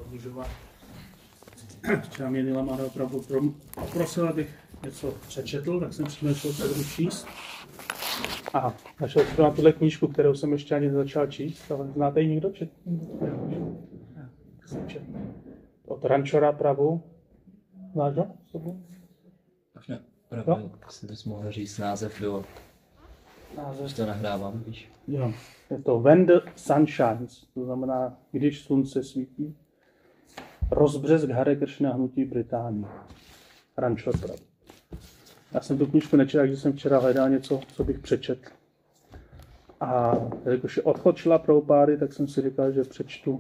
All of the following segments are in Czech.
prodlužovat. Včera mě Nila Mara opravdu poprosil, abych něco přečetl, tak jsem přišel se číst. A našel jsem na tuhle knížku, kterou jsem ještě ani nezačal číst, ale znáte ji někdo? Od Ranchora Prabhu. Znáš ho? Možná Prabhu, si bys mohl říct název do... Název to nahrávám, víš? Jo, je to When the Sun Shines, to znamená, když slunce svítí. Rozbřesk Hare Krishna hnutí Británii. Ranchor Prabhu. Já jsem tu knížku nečetl, takže jsem včera hledal něco, co bych přečetl. A jakož je odchod Šrila Prabhupády, tak jsem si říkal, že přečtu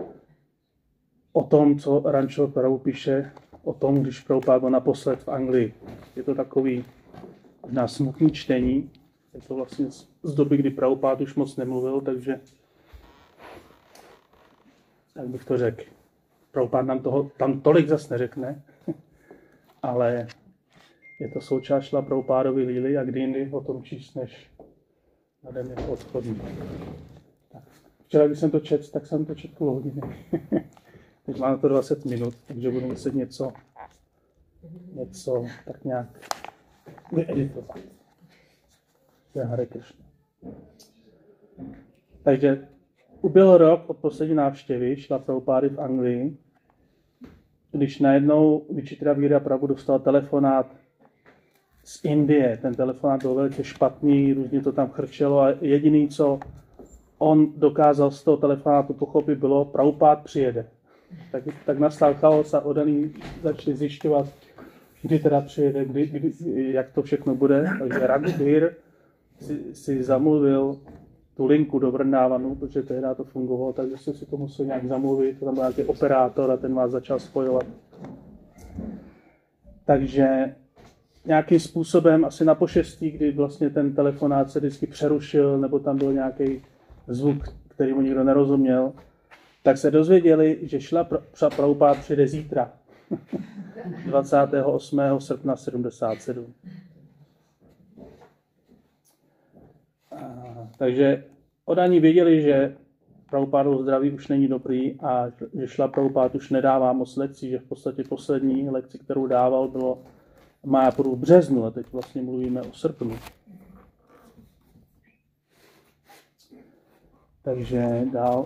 o tom, co Ranchor Prabhu píše, o tom, když Prabhupád byl naposled v Anglii. Je to takový možná smutný čtení. Je to vlastně z doby, kdy Prabhupád už moc nemluvil, takže jak bych to řekl. Prabhupád nám toho tam tolik zas neřekne, ale je to součást Šrila Prabhupádovy líly a kdy jindy o tom číst než na den jako odchodní. Tak. Včera, když jsem to četl, tak jsem to četl půl hodiny. Teď mám na to 20 minut, takže budu muset něco tak nějak vyeditovat. To je Hare Krishna. Takže uběhl rok od poslední návštěvy Šrila Prabhupády v Anglii, když najednou Vichitravíra Prabhu dostal telefonát z Indie. Ten telefonát byl velice špatný, různě to tam chrčelo a jediný, co on dokázal z toho telefonátu pochopit, bylo Prabhupád přijede. Tak nastal chaos a odaný začali zjišťovat, kdy teda přijede, jak to všechno bude. Takže Raghuvír si zamluvil tu linku do Vrndávanu, protože tehdy to fungovalo, takže jste si to musel nějak zamluvit, tam byl nějaký operátor a ten vás začal spojovat. Takže nějakým způsobem, asi na pošestí, kdy vlastně ten telefonát se vždycky přerušil, nebo tam byl nějaký zvuk, který mu nikdo nerozuměl, tak se dozvěděli, že Šrila Prabhupád přijde zítra, 28. srpna 77. Takže odaní věděli, že Prabhupádovo zdraví už není dobrý a že Šrila Prabhupád už nedává moc lekcí, že v podstatě poslední lekci, kterou dával, bylo Májapuru v březnu a teď vlastně mluvíme o srpnu. Takže dál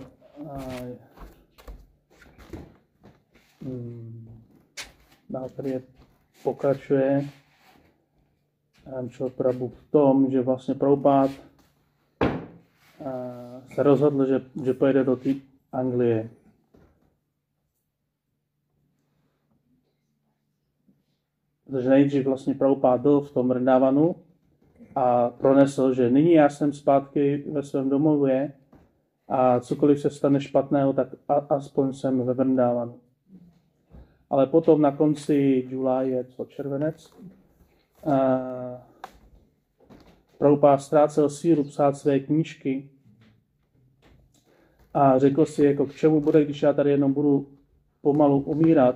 tady pokračuje Ranchor Prabhu v tom, že vlastně Prabhupád se rozhodl, že pojede do té Anglie. Protože nejdřív vlastně Prabhupád byl v tom Vrndávanu a pronesl, že nyní já jsem zpátky ve svém domově a cokoliv se stane špatného, tak aspoň jsem ve Vrndávanu. Ale potom na konci July je to červenec. Prabhupád ztrácel sílu psát své knížky a řekl si, jako k čemu bude, když já tady jenom budu pomalu umírat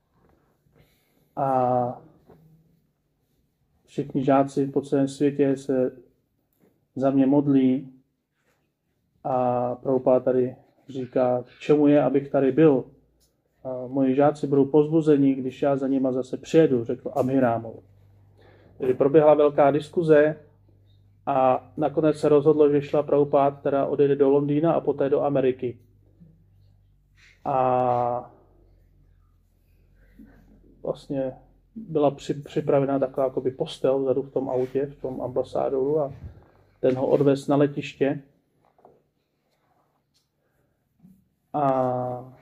a všichni žáci po celém světě se za mě modlí a Prabhupád tady říká, k čemu je, abych tady byl. A moji žáci budou povzbuzeni, když já za nima zase přijedu, řekl Abhirámov. Takže proběhla velká diskuze a nakonec se rozhodlo, že Šrila Prabhupád teda odjede do Londýna a poté do Ameriky. A vlastně byla připravena taková jakoby postel vzadu v tom autě, v tom ambasádoru a ten ho odvez na letiště. A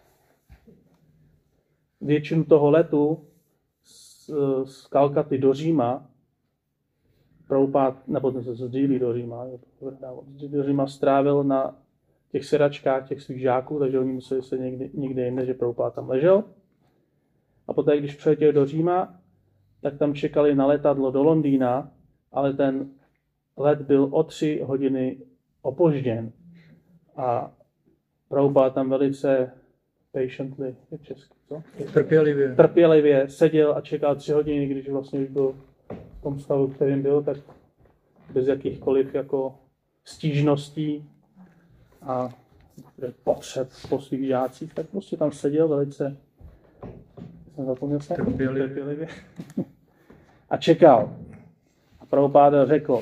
většinu toho letu z Kalkaty do Říma Prabhupád, nebo z Dílí do Říma strávil na těch sedačkách těch svých žáků, takže oni museli se někde jinde, že Prabhupád tam ležel. A poté, když přiletěl do Říma, tak tam čekali na letadlo do Londýna, ale ten let byl o 3 hodiny opožděn. A Prabhupád tam velice patiently, je česky, co? Trpělivě seděl a čekal 3 hodiny, když vlastně už byl v tom stavu, kterým byl, tak bez jakýchkoliv jako stížností. A potřeb po svých žácích, tak prostě tam seděl velice, jsem zapomněl se, trpělivě a čekal. A Prabhupáda řekl,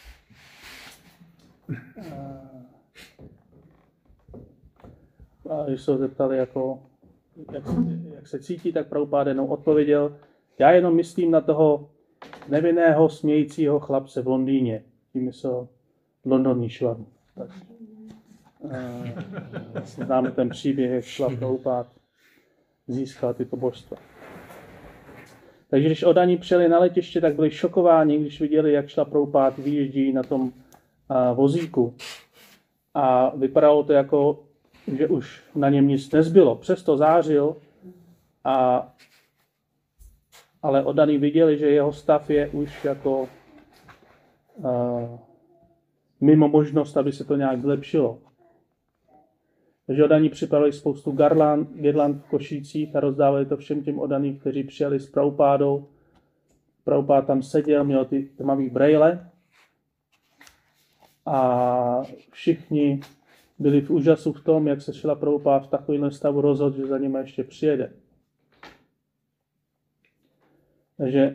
a když se ho zeptali, jako, jak se cítí, tak Prabhupáda jenom odpověděl, já jenom myslím na toho nevinného smějícího chlapce v Londýně. Tím myslel Londonýšvaru. Známe ten příběh, jak šla Prabhupád získal tyto božstva. Takže když odaní přijeli na letiště, tak byli šokováni, když viděli, jak šla Prabhupád vyjíždí na tom vozíku. A vypadalo to jako, že už na něm nic nezbylo. Přesto zářil, ale odaní viděli, že jeho stav je už jako mimo možnost, aby se to nějak zlepšilo. Takže odaní připravili spoustu girland v košících a rozdávali to všem těm odaným, kteří přijeli s Prabhupádou. Prabhupád tam seděl, měl ty tmavý brejle a všichni byli v úžasu v tom, jak se šla Prabhupád v takovém stavu rozhodl, že za nimi ještě přijede. Takže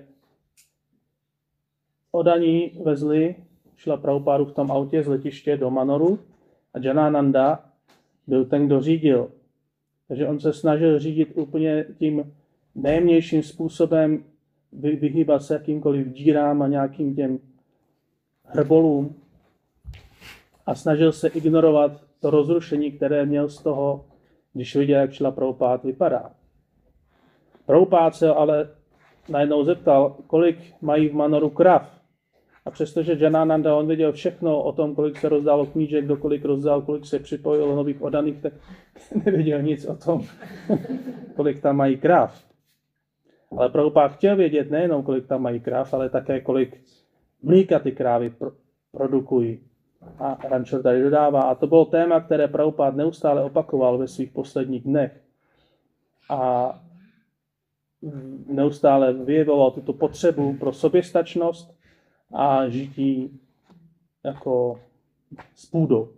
odaní vezli šla Prabhupádu v tom autě z letiště do Manoru a Janananda byl ten, kdo řídil. Takže on se snažil řídit úplně tím nejjemnějším způsobem, vyhýbat se jakýmkoliv dírám a nějakým těm hrbolům a snažil se ignorovat to rozrušení, které měl z toho, když viděl, jak šla Prabhupád vypadá. Prabhupád se ale najednou zeptal, kolik mají v Manoru krav. A přestože Janananda, on věděl všechno o tom, kolik se rozdalo knížek, kdo kolik rozdal, kolik se připojilo nových odaných, tak nevěděl nic o tom, kolik tam mají krav. Ale Prabhupád chtěl vědět nejenom, kolik tam mají krav, ale také, kolik mlíka ty krávy produkují. A Rančor tady dodává. A to bylo téma, které Prabhupád neustále opakoval ve svých posledních dnech. A neustále vyjevoval tuto potřebu pro soběstačnost a žití jako s půdou.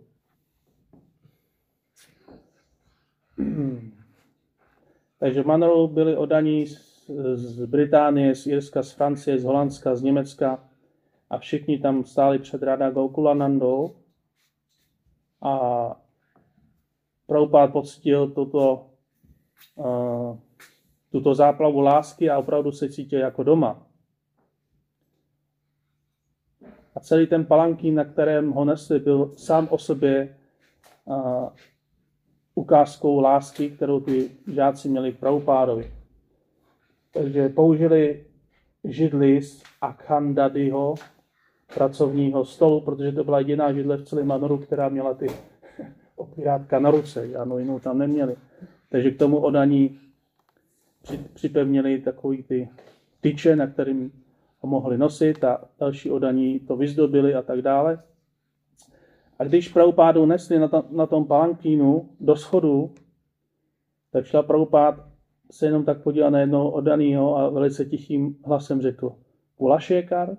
Takže v Manoru byli odaní z Británie, z Irska, z Francie, z Holandska, z Německa a všichni tam stáli před Radha Gokulanandou a Prabhupád pocítil tuto záplavu lásky a opravdu se cítil jako doma. A celý ten palankín, na kterém ho nesli, byl sám o sobě ukázkou lásky, kterou ty žáci měli k Prabhupádovi. Takže použili židli z Akhandadyho pracovního stolu, protože to byla jediná židle v celém Manoru, která měla ty opírátka na ruce, žádnou jinou tam neměli. Takže k tomu odaní připevnili takový ty tyče, na kterým ho mohli nosit a další odaní to vyzdobili a tak dále. A když Prabhupádu nesli na tom palankínu do schodu, tak šla Prabhupád se jenom tak podíval na jednoho odanýho a velice tichým hlasem řekl Kulašekar.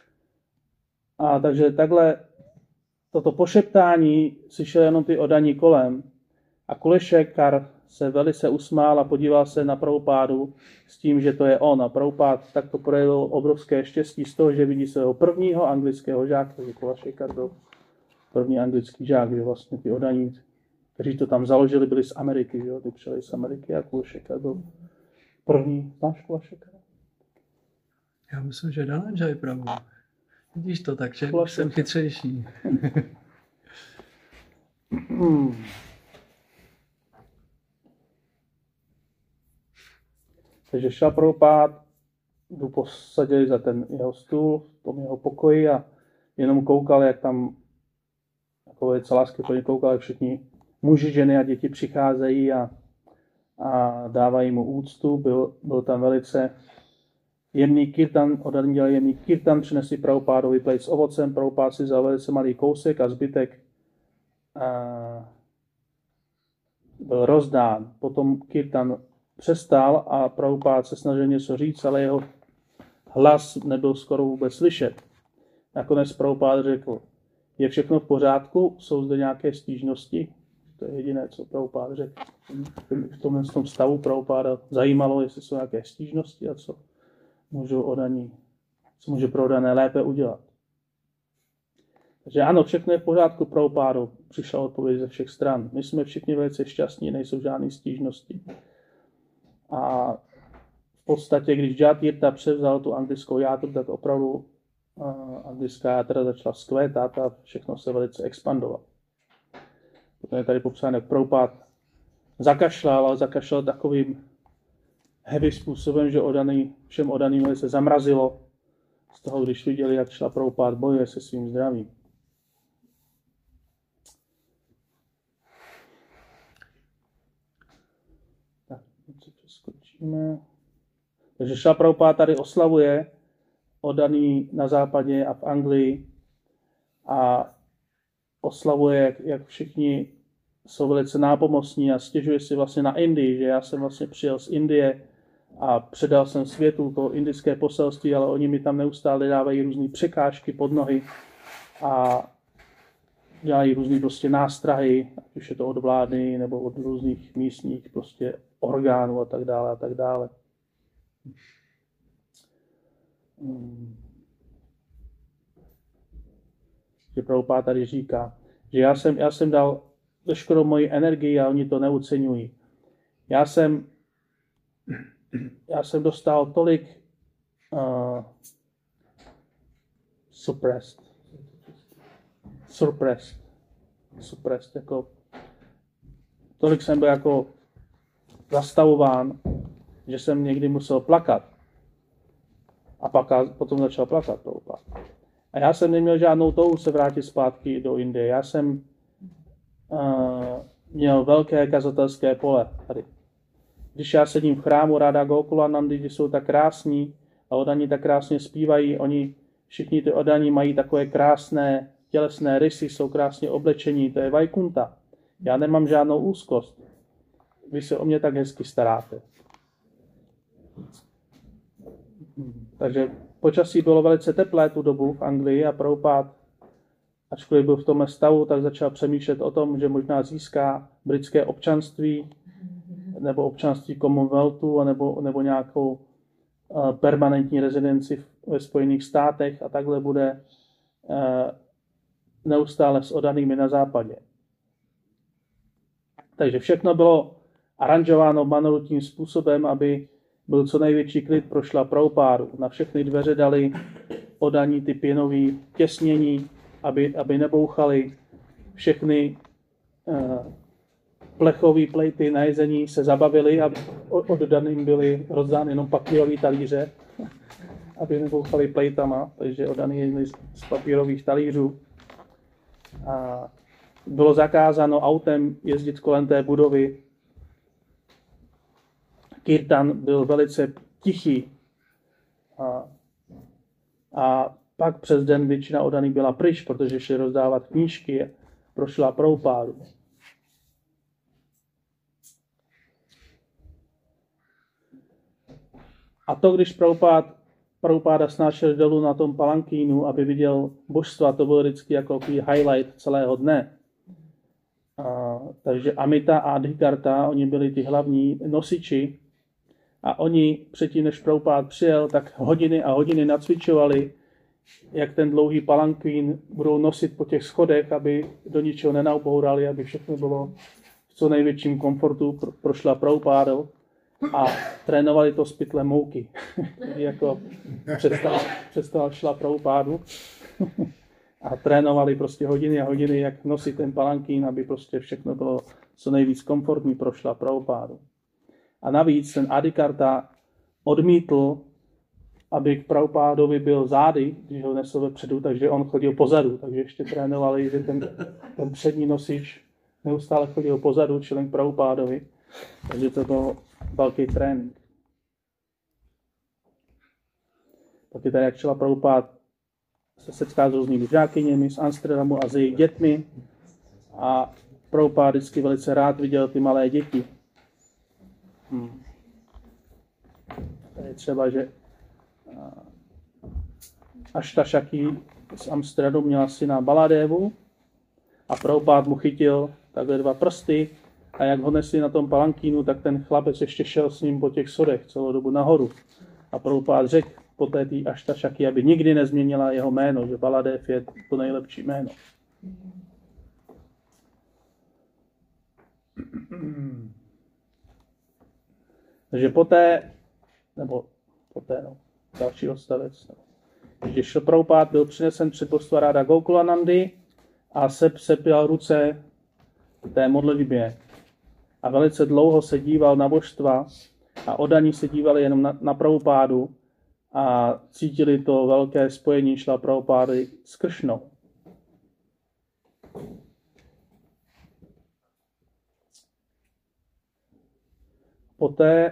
A takže takhle toto pošeptání slyšel jenom ty odaní kolem. A Kulašekar se velice usmál a podíval se na Prabhupádu s tím, že to je on. A Prabhupád takto projevil obrovské štěstí z toho, že vidí svého prvního anglického žáka, takže Kulašekar byl první anglický žák, že vlastně ty odaní, kteří to tam založili, byli z Ameriky, že jo? Ty přijeli z Ameriky a Kulašekar byl první. Znáš Kulašekara? Já myslím, že Dhananjay Prabhu. Vidíš to, takže jsem chytřejší. Takže šla Prabhupád, jdu posadili za ten jeho stůl v tom jeho pokoji a jenom koukal, jak tam jako velice láskyplně koukal, jak všichni muži, ženy a děti přicházejí a dávají mu úctu. Byl tam velice jemný kirtan, odaní dělali jemný kirtan, přinesli Prabhupádovi plejt s ovocem, Prabhupád si vzal velice malý kousek a zbytek byl rozdán. Potom kirtan přestal a Prabhupád se snažil něco říct, ale jeho hlas nebyl skoro vůbec slyšet. Nakonec Prabhupád řekl, je všechno v pořádku, jsou zde nějaké stížnosti? To je jediné, co Prabhupád řekl. V tom stavu Prabhupáda zajímalo, jestli jsou nějaké stížnosti a co může pro oddané lépe udělat. Takže ano, všechno je v pořádku Prabhupádu. Přišla odpověď ze všech stran. My jsme všichni velice šťastní, nejsou žádné stížnosti. A v podstatě, když Jatirtha převzal tu anglickou játru, tak opravdu anglická játra začala vzkvétat a všechno se velice expandovalo. Potom je tady popsáno, jak Prabhupád zakašlal takovým heavy způsobem, že všem oddaným se zamrazilo z toho, když viděli, jak šla Prabhupád bojuje se svým zdravím. Tak, teď se přeskočíme. Takže Šrila Prabhupád tady oslavuje oddaný na západě a v Anglii a oslavuje, jak všichni jsou velice nápomocní a stěžuje si vlastně na Indii, že já jsem vlastně přijel z Indie a předal jsem světu to indické poselství, ale oni mi tam neustále dávají různé překážky pod nohy a dělají různé prostě nástrahy, ať už je to od vlády nebo od různých místních prostě orgánů a tak dále a tak dále. Že Prabhupád tady říká, že já jsem dal veškerou moji energii a oni to neoceňují. Já jsem dostal tolik suppressed, jako tolik jsem byl jako zastavován, že jsem někdy musel plakat. A potom začal plakat Prabhupád. A já jsem neměl žádnou touhu se vrátit zpátky do Indie. Já jsem měl velké kazatelské pole tady. Když já sedím v chrámu Radha Gokulanandy, kde jsou tak krásní a oddaní tak krásně zpívají, všichni ty oddaní mají takové krásné tělesné rysy, jsou krásně oblečení, to je Vaikunta. Já nemám žádnou úzkost. Vy se o mě tak hezky staráte. Takže počasí bylo velice teplé tu dobu v Anglii a Prabhupád, ačkoliv byl v tomhle stavu, tak začal přemýšlet o tom, že možná získá britské občanství nebo občanství Commonwealthu nebo nějakou permanentní rezidenci ve Spojených státech a takhle bude neustále s oddanými na západě. Takže všechno bylo aranžováno Manoru tím způsobem, aby byl co největší klid pro Šrila Prabhupádu. Na všechny dveře dali oddaní ty pěnový těsnění, aby nebouchali. Všechny plechové plejty na jezení se zabavily a oddaným byly rozdány jenom papírové talíře, aby nebouchali plejtama, takže oddaný jedli z papírových talířů. A bylo zakázáno autem jezdit kolem té budovy. Kirtan byl velice tichý. A pak přes den většina oddaných byla pryč, protože šli rozdávat knížky pro Šrila Prabhupádu. A to, když Prabhupáda snášel dolů na tom palankínu, aby viděl božstva, to byl vždycky jako highlight celého dne. Takže Amita a Adhikarta, oni byli ty hlavní nosiči a oni předtím, než Prabhupád přijel, tak hodiny a hodiny nacvičovali, jak ten dlouhý palankín budou nosit po těch schodech, aby do ničeho nenaubourali, aby všechno bylo v co největším komfortu pro Šrila Prabhupádu. A trénovali to s pytlem mouky. Jako představil Šrila Prabhupádu. A trénovali prostě hodiny a hodiny, jak nosit ten palankín, aby prostě všechno bylo co nejvíc komfortní pro Šrila Prabhupádu. A navíc ten Adhikarta odmítl, aby k Prabhupádovi byl zády, když ho nesl vepředu, takže on chodil pozadu. Takže ještě trénovali, že ten přední nosič neustále chodil pozadu, čili k Prabhupádovi. Takže to byl velký trénink. Pak je tady, jak Šrila Prabhupád se setká s různými žákyněmi z Amsterdamu a s jejich dětmi. A Prabhupád vždycky velice rád viděl ty malé děti. Tady třeba, že Ashta Shakti z Amsterdamu měla syna Baladevu a Prabhupád mu chytil takhle 2 prsty a jak ho nesli na tom palankínu, tak ten chlapec ještě šel s ním po těch schodech celou dobu nahoru. A Prabhupád řekl poté tý Ašta Šaky, aby nikdy nezměnila jeho jméno, že Baladev je to nejlepší jméno. Takže poté, další odstavec. Když Šrila Prabhupád byl přinesen před božstva Ráda Gokulanandy a sepěl ruce té modlitbě. A velice dlouho se díval na božstva a oddaní se dívali jenom na Prabhupádu a cítili to velké spojení Šrila Prabhupády s Kršnou. Poté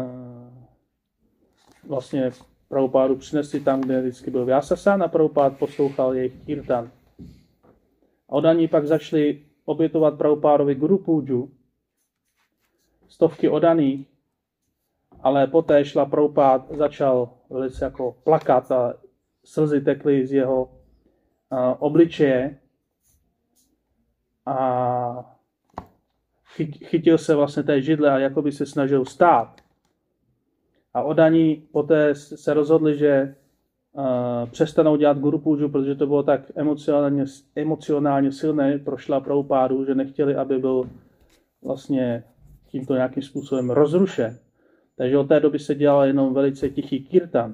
vlastně Prabhupádu přinesli tam, kde vždycky byl Vyasasana a Prabhupád poslouchal jejich kirtan. A oddaní pak začali obětovat Prabhupádovi Guru Půdžu, stovky oddaných, ale poté Šrila Prabhupád začal velice jako plakat a slzy tekly z jeho obličeje a chytil se vlastně té židle a jakoby se snažil vstát. A oddaní poté se rozhodli, že přestanou dělat Guru Půdžu, protože to bylo tak emocionálně silné pro Šrila Prabhupádu, že nechtěli, aby byl vlastně tímto nějakým způsobem rozrušen. Takže od té doby se dělal jenom velice tichý kirtan.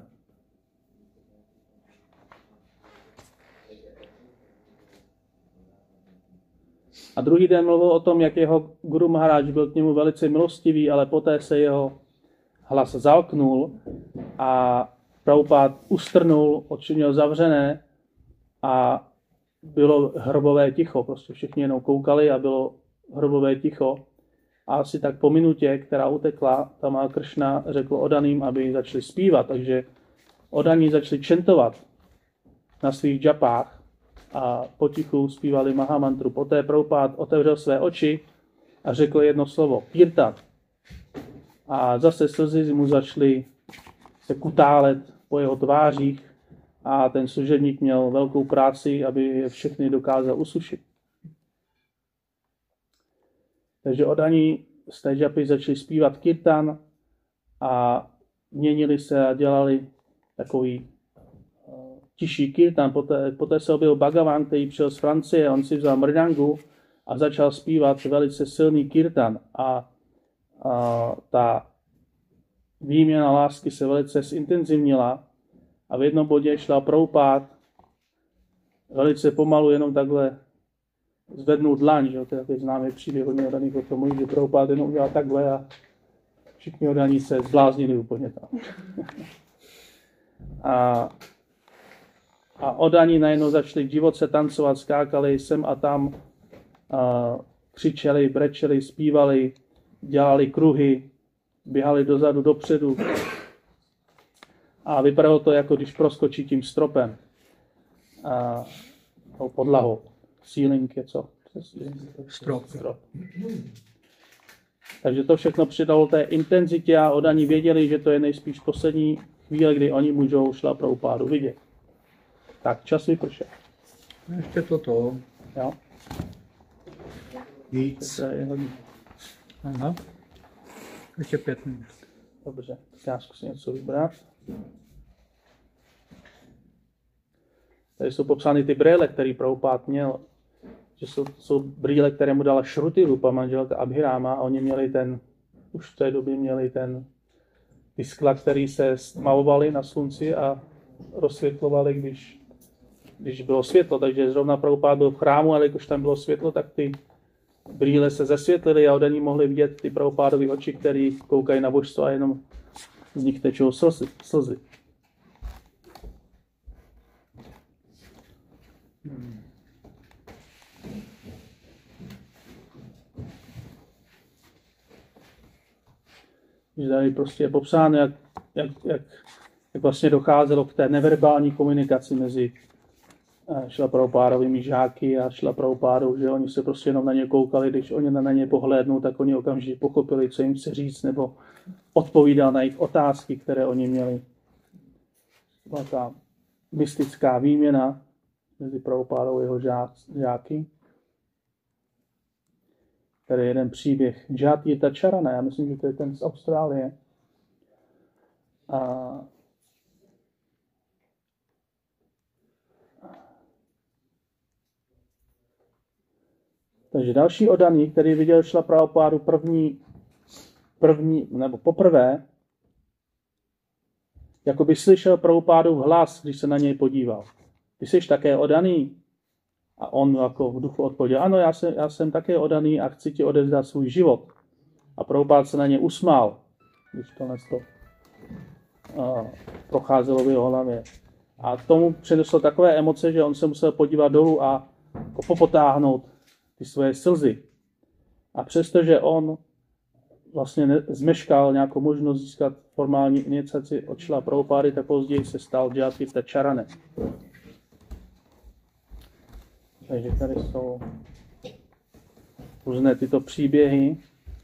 A druhý den mluvil o tom, jak jeho Guru Maharaj byl k němu velice milostivý, ale poté se jeho hlas zalknul a Prabhupád ustrnul, oči měl zavřené a bylo hrobové ticho. Prostě všichni jenom koukali a bylo hrobové ticho. A asi tak po minutě, která utekla, tam Kršna řekl oddaným, aby začali zpívat. Takže oddaní začali čentovat na svých džapách a potichu zpívali Mahamantru. Poté Prabhupád otevřel své oči a řekl jedno slovo, kirtan. A zase slzy mu začaly se kutálet po jeho tvářích a ten služebník měl velkou práci, aby je všechny dokázal usušit. Takže oddaní z té džapy začali zpívat kirtan a měnili se a dělali takový tiší kirtan. Poté se objevil Bhagavan, který přijel z Francie, on si vzal mrdangu a začal zpívat velice silný kirtan. A ta výměna lásky se velice zintenzivnila a v jednom bodě Šrila Prabhupád velice pomalu jenom takhle zvednul dlaň, že to je takový známý příběh hodně oddaných o tom mluví, že Prabhupád jenom udělal takhle a všichni oddaní se zbláznili úplně tam. A oddaní najednou začali divoce tancovat, skákali sem a tam, křičeli, brečeli, zpívali, dělali kruhy, běhali dozadu, dopředu. A vypadalo to, jako když proskočí tím stropem. Podlahou. Ceiling je co? Strop. Takže to všechno přidalo té intenzitě a oddaní věděli, že to je nejspíš poslední chvíle, kdy oni můžou Šrila Prabhupádu vidět. Tak, čas vypršel. Ještě toto. Jo? Víc. Aha. Ještě 5 minut. Dobře, já zkusím něco vybrat. Tady jsou popsány ty brýle, který Prabhupád měl. Že jsou brýle, které mu dala Šruti Rupa, manželka Abhiráma, a oni měli už v té době měli ty skla, který se malovaly na slunci a rozsvětlovaly, když bylo světlo. Takže zrovna Prabhupád byl v chrámu, ale když tam bylo světlo, tak ty brýle se zasvětlily a oddaní mohli vidět ty Prabhupádovy oči, které koukají na božstvo a jenom z nich tečou slzy. Že tady prostě je popsáno, jak vlastně docházelo k té neverbální komunikaci mezi Šrila Prabhupádovými žáky a Šrila Prabhupádou, že oni se prostě jenom na ně koukali, když oni na ně pohlédnou, tak oni okamžitě pochopili, co jim chce říct, nebo odpovídal na jejich otázky, které oni měli. Byla ta mystická výměna mezi Prabhupádou a jeho žáky. Tady je jeden příběh Jatira Charana, já myslím, že to je ten z Austrálie. Takže další oddaný, který viděl Šrila Prabhupádu poprvé, jako by slyšel Prabhupádův hlas, když se na něj podíval. Ty jsi také oddaný? A on jako v duchu odpověděl, ano, já jsem také oddaný a chci ti odevzdat svůj život. A Prabhupád se na ně usmál, když to procházelo v jeho hlavě. A tomu přineslo takové emoce, že on se musel podívat dolů a popotáhnout ty svoje slzy. A přestože on vlastně zmeškal nějakou možnost získat formální iniciaci od Šrila Prabhupády, tak později se stal Jatira Charanem. Takže tady jsou různé tyto příběhy.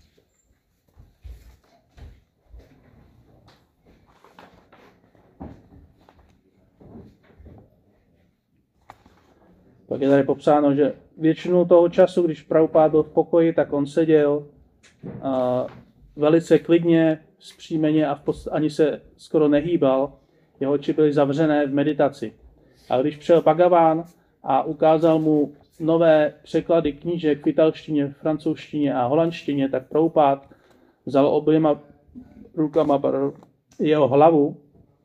Pak je tady popsáno, že většinu toho času, když Prabhupád byl v pokoji, tak on seděl velice klidně, vzpřímeně a ani se skoro nehýbal. Jeho oči byly zavřené v meditaci. A když přijel Bhagavan a ukázal mu nové překlady knížek v italštině, francouzštině a holandštině, tak Prabhupád vzal oběma rukama jeho hlavu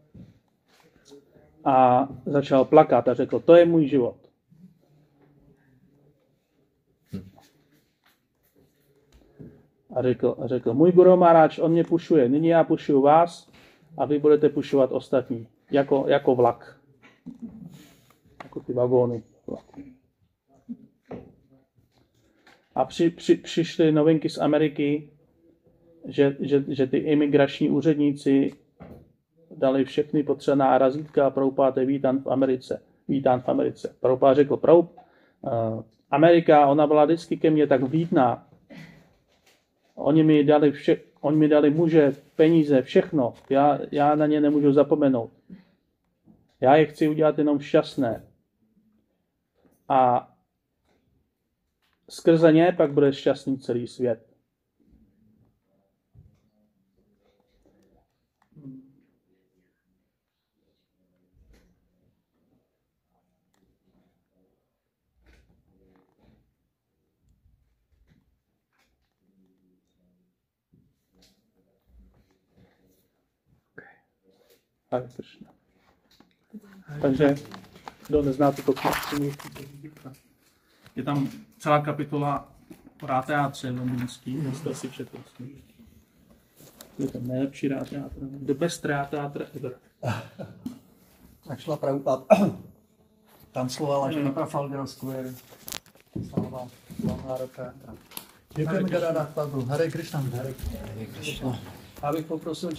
a začal plakat a řekl, to je můj život. A řekl, můj Guru Maharaj, on mě pušuje, nyní já pušuju vás a vy budete pušovat ostatní, jako vlak. Jako ty vagóny. A přišly novinky z Ameriky, že ty imigrační úředníci dali všechny potřebná razítka a Prabhupád je vítán v Americe. Prabhupád řekl, Amerika, ona byla vždycky ke mně tak vítná. Oni mi dali muže, peníze, všechno. Já na ně nemůžu zapomenout. Já je chci udělat jenom šťastné. A skrze ně pak bude šťastný celý svět. Takže, kdo nezná tuto knihu, je tam celá kapitola o ráteátře londýnský, jste si četl. Je to nejlepší ráteátr, the best ráteátr ever. Tak Šrila Prabhupád tancoval až na Trafalgar Square. Sláva ráteátra. Děkujeme, Gadáda Prabhu. Hare Krishna. Hare Krishna. Abych poprosil